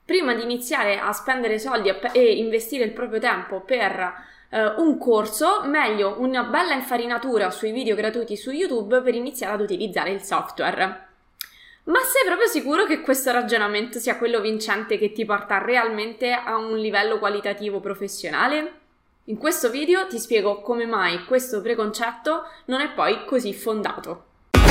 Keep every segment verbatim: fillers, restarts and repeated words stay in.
prima di iniziare a spendere soldi e investire il proprio tempo per Uh, un corso, meglio una bella infarinatura sui video gratuiti su YouTube per iniziare ad utilizzare il software. Ma sei proprio sicuro che questo ragionamento sia quello vincente che ti porta realmente a un livello qualitativo professionale? In questo video ti spiego come mai questo preconcetto non è poi così fondato.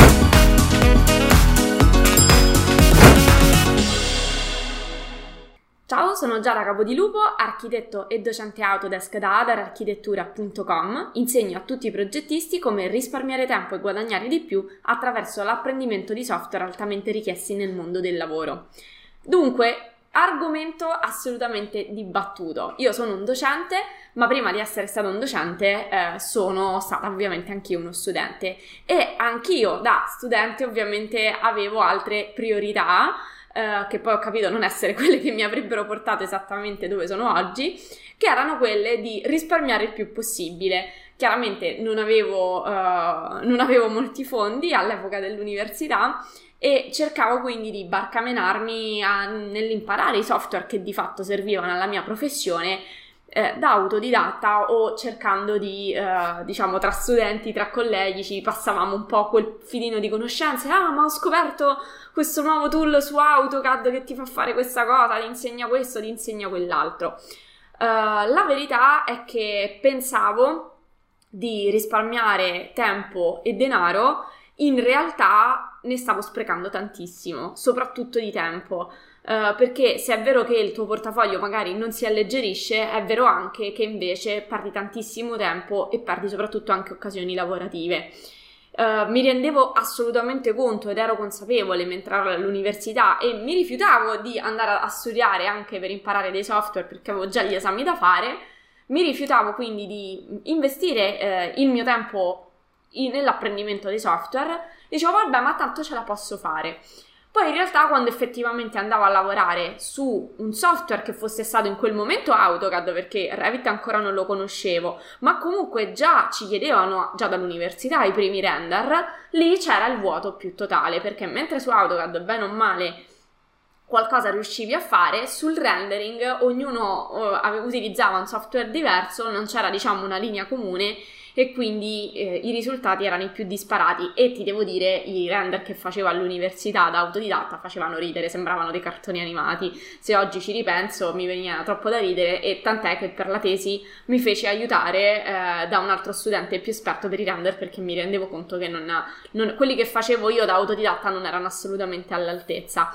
Ciao, sono Giada Capodilupo, architetto e docente Autodesk da adar architettura punto com. Insegno a tutti i progettisti come risparmiare tempo e guadagnare di più attraverso l'apprendimento di software altamente richiesti nel mondo del lavoro. Dunque, argomento assolutamente dibattuto. Io sono un docente, ma prima di essere stato un docente eh, sono stata ovviamente anch'io uno studente e anch'io da studente ovviamente avevo altre priorità, Uh, che poi ho capito non essere quelle che mi avrebbero portato esattamente dove sono oggi, che erano quelle di risparmiare il più possibile. Chiaramente non avevo, uh, non avevo molti fondi all'epoca dell'università e cercavo quindi di barcamenarmi a, nell'imparare i software che di fatto servivano alla mia professione eh, da autodidatta o cercando di, eh, diciamo, tra studenti, tra colleghi ci passavamo un po' quel filino di conoscenze. Ah, ma ho scoperto questo nuovo tool su AutoCAD che ti fa fare questa cosa, ti insegna questo, ti insegna quell'altro. Uh, la verità è che pensavo di risparmiare tempo e denaro, in realtà ne stavo sprecando tantissimo, soprattutto di tempo. Uh, perché se è vero che il tuo portafoglio magari non si alleggerisce, è vero anche che invece perdi tantissimo tempo e perdi soprattutto anche occasioni lavorative. Uh, mi rendevo assolutamente conto ed ero consapevole mentre ero all'università e mi rifiutavo di andare a, a studiare anche per imparare dei software perché avevo già gli esami da fare. Mi rifiutavo quindi di investire eh, il mio tempo in, nell'apprendimento dei software. Dicevo vabbè, ma tanto ce la posso fare. Poi in realtà quando effettivamente andavo a lavorare su un software che fosse stato in quel momento AutoCAD, perché Revit ancora non lo conoscevo, ma comunque già ci chiedevano già dall'università i primi render, lì c'era il vuoto più totale, perché mentre su AutoCAD bene o male qualcosa riuscivi a fare, sul rendering ognuno uh, utilizzava un software diverso, non c'era diciamo una linea comune e quindi eh, i risultati erano i più disparati e ti devo dire i render che facevo all'università da autodidatta facevano ridere, sembravano dei cartoni animati. Se oggi ci ripenso mi veniva troppo da ridere e tant'è che per la tesi mi feci aiutare eh, da un altro studente più esperto per i render perché mi rendevo conto che non, non, quelli che facevo io da autodidatta non erano assolutamente all'altezza.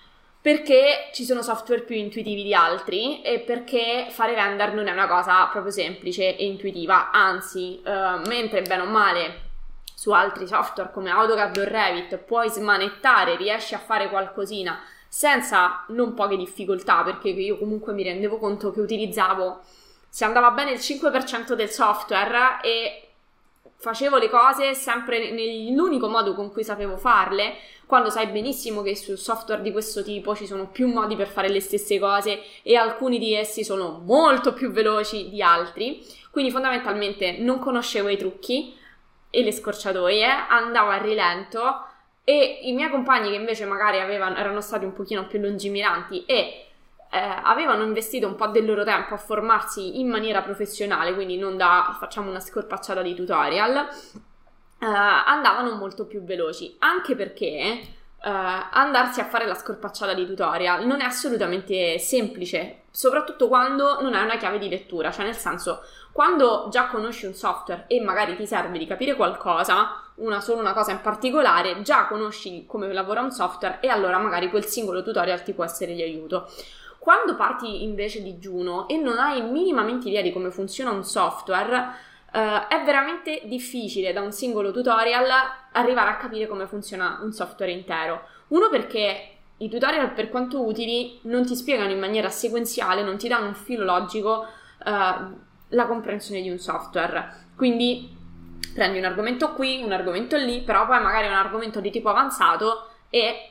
Perché ci sono software più intuitivi di altri e perché fare render non è una cosa proprio semplice e intuitiva, anzi, eh, mentre bene o male su altri software come AutoCAD o Revit puoi smanettare, riesci a fare qualcosina senza non poche difficoltà, perché io comunque mi rendevo conto che utilizzavo, se andava bene il cinque per cento del software e facevo le cose sempre nell'unico modo con cui sapevo farle, quando sai benissimo che su software di questo tipo ci sono più modi per fare le stesse cose e alcuni di essi sono molto più veloci di altri, quindi fondamentalmente non conoscevo i trucchi e le scorciatoie, andavo a rilento e i miei compagni che invece magari avevano, erano stati un pochino più lungimiranti e eh, avevano investito un po' del loro tempo a formarsi in maniera professionale, quindi non da facciamo una scorpacciata di tutorial, Uh, andavano molto più veloci, anche perché uh, andarsi a fare la scorpacciata di tutorial non è assolutamente semplice, soprattutto quando non hai una chiave di lettura, cioè nel senso, quando già conosci un software e magari ti serve di capire qualcosa, una solo una cosa in particolare, già conosci come lavora un software e allora magari quel singolo tutorial ti può essere di aiuto. Quando parti invece di digiuno e non hai minimamente idea di come funziona un software, Uh, è veramente difficile da un singolo tutorial arrivare a capire come funziona un software intero. Uno, perché i tutorial, per quanto utili, non ti spiegano in maniera sequenziale, non ti danno un filo logico uh, la comprensione di un software. Quindi prendi un argomento qui, un argomento lì, però poi magari è un argomento di tipo avanzato e,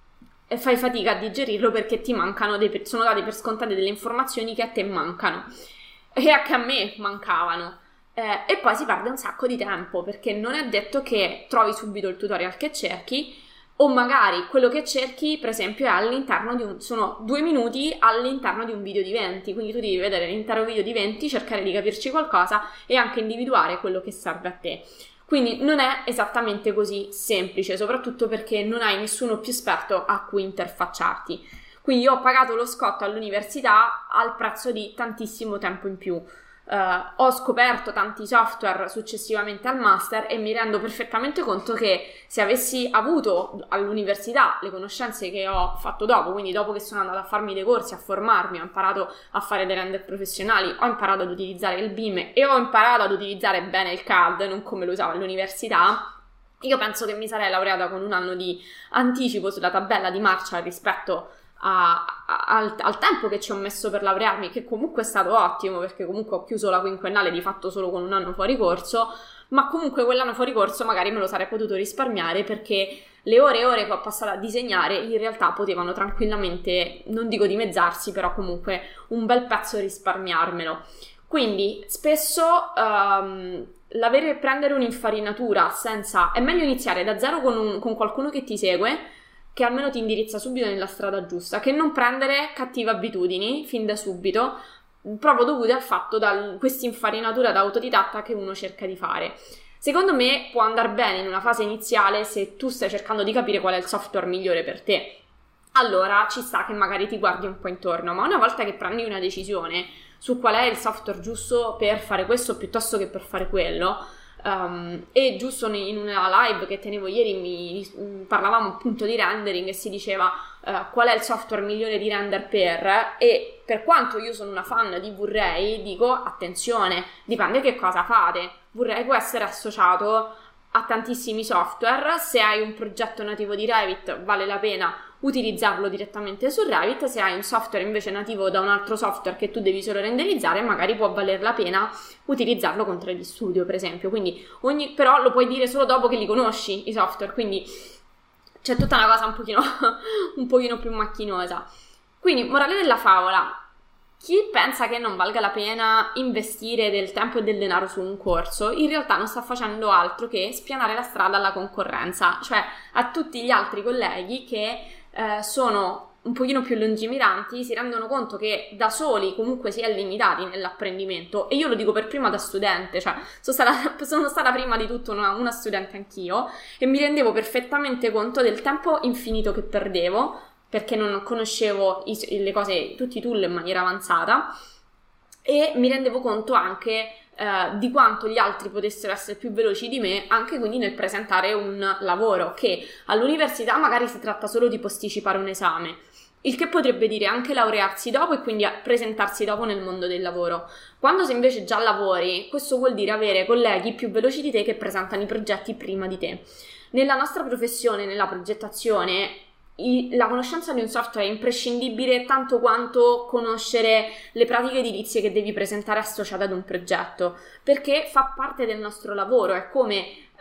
e fai fatica a digerirlo perché ti mancano dei, sono date per scontate delle informazioni che a te mancano e anche a me mancavano. Eh, e poi si perde un sacco di tempo perché non è detto che trovi subito il tutorial che cerchi O magari quello che cerchi, per esempio, è all'interno di un... sono due minuti all'interno di un video di venti, quindi tu devi vedere l'intero video di venti, cercare di capirci qualcosa e anche individuare quello che serve a te. Quindi non è esattamente così semplice, soprattutto perché non hai nessuno più esperto a cui interfacciarti. Quindi io ho pagato lo scotto all'università al prezzo di tantissimo tempo in più. Uh, ho scoperto tanti software successivamente al master e mi rendo perfettamente conto che se avessi avuto all'università le conoscenze che ho fatto dopo, quindi dopo che sono andata a farmi dei corsi, a formarmi, ho imparato a fare dei render professionali, ho imparato ad utilizzare il B I M e ho imparato ad utilizzare bene il C A D, non come lo usavo all'università, io penso che mi sarei laureata con un anno di anticipo sulla tabella di marcia rispetto A, a, al, al tempo che ci ho messo per laurearmi, che comunque è stato ottimo perché comunque ho chiuso la quinquennale di fatto solo con un anno fuori corso, ma comunque quell'anno fuori corso magari me lo sarei potuto risparmiare perché le ore e ore che ho passato a disegnare in realtà potevano tranquillamente, non dico dimezzarsi, però comunque un bel pezzo risparmiarmelo. Quindi spesso um, l'avere prendere un'infarinatura senza... è meglio iniziare da zero con, un, con qualcuno che ti segue, che almeno ti indirizza subito nella strada giusta, che non prendere cattive abitudini fin da subito, proprio dovute al fatto da questa infarinatura da autodidatta che uno cerca di fare. Secondo me può andare bene in una fase iniziale se tu stai cercando di capire qual è il software migliore per te. Allora ci sta che magari ti guardi un po' intorno, ma una volta che prendi una decisione su qual è il software giusto per fare questo piuttosto che per fare quello, Um, e giusto in una live che tenevo ieri mi, parlavamo appunto di rendering e si diceva uh, qual è il software migliore di render per, e per quanto io sono una fan di V-Ray dico attenzione, dipende che cosa fate. V-Ray può essere associato a tantissimi software, se hai un progetto nativo di Revit vale la pena utilizzarlo direttamente su Revit, se hai un software invece nativo da un altro software che tu devi solo renderizzare magari può valer la pena utilizzarlo con tre D Studio per esempio, quindi ogni, però lo puoi dire solo dopo che li conosci i software, quindi c'è tutta una cosa un pochino, un pochino più macchinosa. Quindi morale della favola: chi pensa che non valga la pena investire del tempo e del denaro su un corso, in realtà non sta facendo altro che spianare la strada alla concorrenza, cioè a tutti gli altri colleghi che eh, sono un pochino più lungimiranti, si rendono conto che da soli comunque si è limitati nell'apprendimento, e io lo dico per prima da studente, cioè sono stata, sono stata prima di tutto una, una studente anch'io, e mi rendevo perfettamente conto del tempo infinito che perdevo, perché non conoscevo i, le cose, tutti i tool in maniera avanzata, e mi rendevo conto anche eh, di quanto gli altri potessero essere più veloci di me, anche quindi nel presentare un lavoro, che all'università magari si tratta solo di posticipare un esame, il che potrebbe dire anche laurearsi dopo e quindi presentarsi dopo nel mondo del lavoro. Quando se invece già lavori, questo vuol dire avere colleghi più veloci di te che presentano i progetti prima di te. Nella nostra professione, nella progettazione, la conoscenza di un software è imprescindibile tanto quanto conoscere le pratiche edilizie che devi presentare associate ad un progetto, perché fa parte del nostro lavoro. È come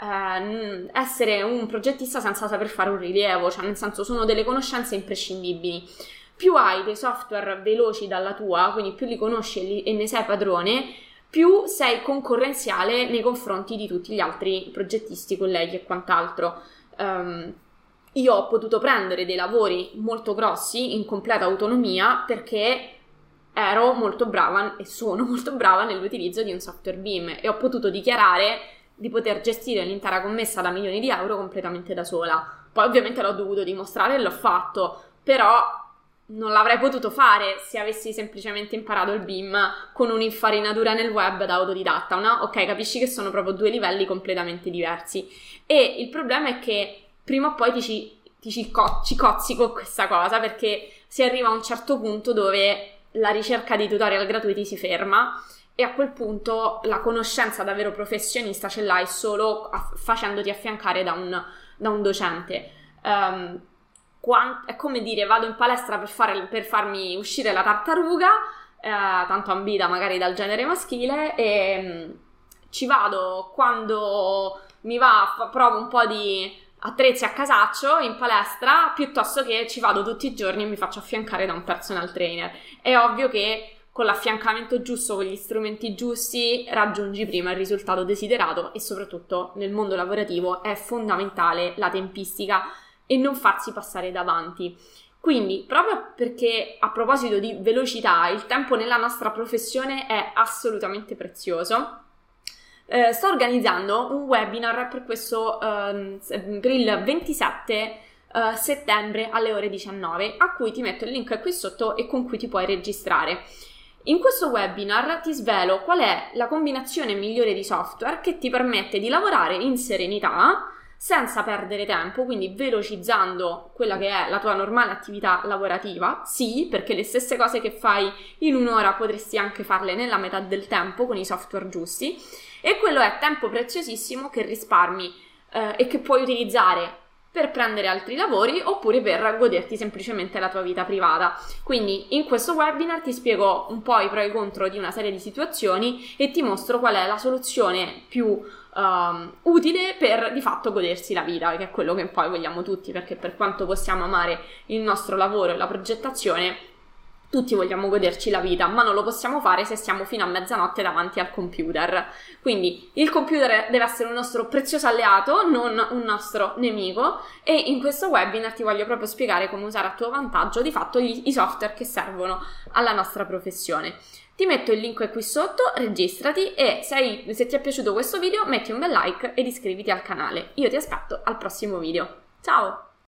eh, essere un progettista senza saper fare un rilievo, cioè nel senso sono delle conoscenze imprescindibili. Più hai dei software veloci dalla tua, quindi più li conosci e, li, e ne sei padrone, più sei concorrenziale nei confronti di tutti gli altri progettisti, colleghi e quant'altro. Um, Io ho potuto prendere dei lavori molto grossi in completa autonomia perché ero molto brava e sono molto brava nell'utilizzo di un software B I M, e ho potuto dichiarare di poter gestire l'intera commessa da milioni di euro completamente da sola. Poi ovviamente l'ho dovuto dimostrare e l'ho fatto, però non l'avrei potuto fare se avessi semplicemente imparato il B I M con un'infarinatura nel web da autodidatta, no? Ok, capisci che sono proprio due livelli completamente diversi, e il problema è che prima o poi ti ci, ti ci, co- ci cozzi con questa cosa, perché si arriva a un certo punto dove la ricerca di tutorial gratuiti si ferma, e a quel punto la conoscenza davvero professionista ce l'hai solo a- facendoti affiancare da un, da un docente. Um, quant- è come dire: vado in palestra per, fare, per farmi uscire la tartaruga, eh, tanto ambita magari dal genere maschile, e um, ci vado quando mi va, provo un po' di attrezzi a casaccio in palestra, piuttosto che ci vado tutti i giorni e mi faccio affiancare da un personal trainer. È ovvio che con l'affiancamento giusto, con gli strumenti giusti, raggiungi prima il risultato desiderato, e soprattutto nel mondo lavorativo è fondamentale la tempistica, e non farsi passare davanti. Quindi, proprio perché a proposito di velocità, il tempo nella nostra professione è assolutamente prezioso, eh, sto organizzando un webinar per questo, eh, per il ventisette uh, settembre alle ore diciannove, a cui ti metto il link qui sotto e con cui ti puoi registrare. In questo webinar ti svelo qual è la combinazione migliore di software che ti permette di lavorare in serenità, senza perdere tempo, quindi velocizzando quella che è la tua normale attività lavorativa. Sì, perché le stesse cose che fai in un'ora potresti anche farle nella metà del tempo con i software giusti, e quello è tempo preziosissimo che risparmi eh, e che puoi utilizzare per prendere altri lavori oppure per goderti semplicemente la tua vita privata. Quindi in questo webinar ti spiego un po' i pro e i contro di una serie di situazioni e ti mostro qual è la soluzione più Um, utile per di fatto godersi la vita, che è quello che poi vogliamo tutti, perché per quanto possiamo amare il nostro lavoro e la progettazione, tutti vogliamo goderci la vita, ma non lo possiamo fare se stiamo fino a mezzanotte davanti al computer. Quindi il computer deve essere un nostro prezioso alleato, non un nostro nemico, e in questo webinar ti voglio proprio spiegare come usare a tuo vantaggio di fatto gli, i software che servono alla nostra professione. Ti metto il link qui sotto, registrati e se, se ti è piaciuto questo video metti un bel like ed iscriviti al canale. Io ti aspetto al prossimo video. Ciao!